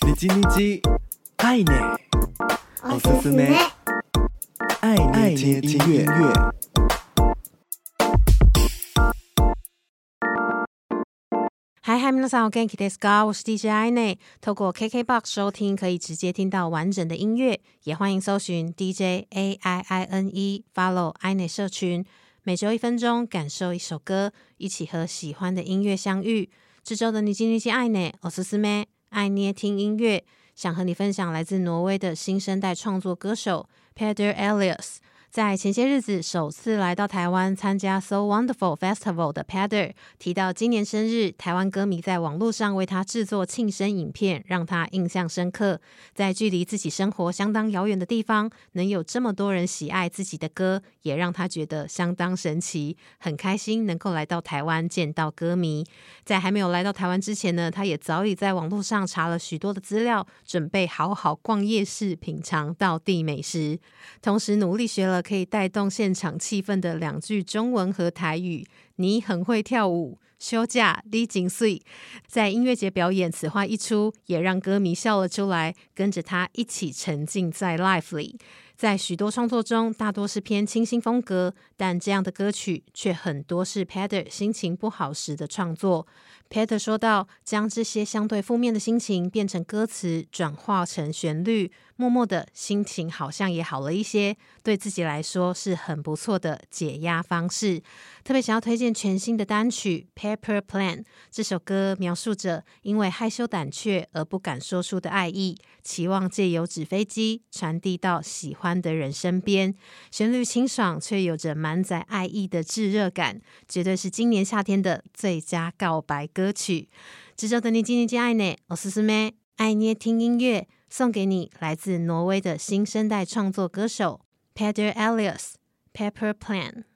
日日爱呢，おすすめ爱听音乐。 嗨，皆さんお元気ですか？我是 DJ 爱内。透过 KKBOX 收听，可以直接听到完整的音乐，也欢迎搜寻 DJ AIINE，follow 爱内社群。每周1分钟，感受一首歌，一起和喜欢的音乐相遇。这周的日日愛ねおすすめ爱捏听音乐，想和你分享来自挪威的新生代创作歌手 Peder Elias。在前些日子首次来到台湾参加 So Wonderful Festival 的 Peder 提到今年生日，台湾歌迷在网络上为他制作庆生影片，让他印象深刻。在距离自己生活相当遥远的地方，能有这么多人喜爱自己的歌，也让他觉得相当神奇，很开心能够来到台湾见到歌迷。在还没有来到台湾之前呢，他也早已在网络上查了许多的资料，准备好好逛夜市，品尝道地美食，同时努力学了可以带动现场气氛的2句中文和台语。你很会跳舞，休假你真水。在音乐节表演，此话一出，也让歌迷笑了出来，跟着他一起沉浸在 live 里。在许多创作中，大多是偏清新风格，但这样的歌曲却很多是 Peder 心情不好时的创作。Peder 说到，将这些相对负面的心情变成歌词，转化成旋律，默默的心情好像也好了一些，对自己来说是很不错的解压方式。特别想要推荐全新的单曲 Paper Plane， 这首歌描述着因为害羞胆怯而不敢说出的爱意，期望借由纸飞机传递到喜欢的人身边。旋律清爽，却有着满载爱意的炙热感，绝对是今年夏天的最佳告白歌曲。这周的日日愛ねおすすめ爱捏听音乐，送给你来自挪威的新生代创作歌手 Peder Elias Paper Plane。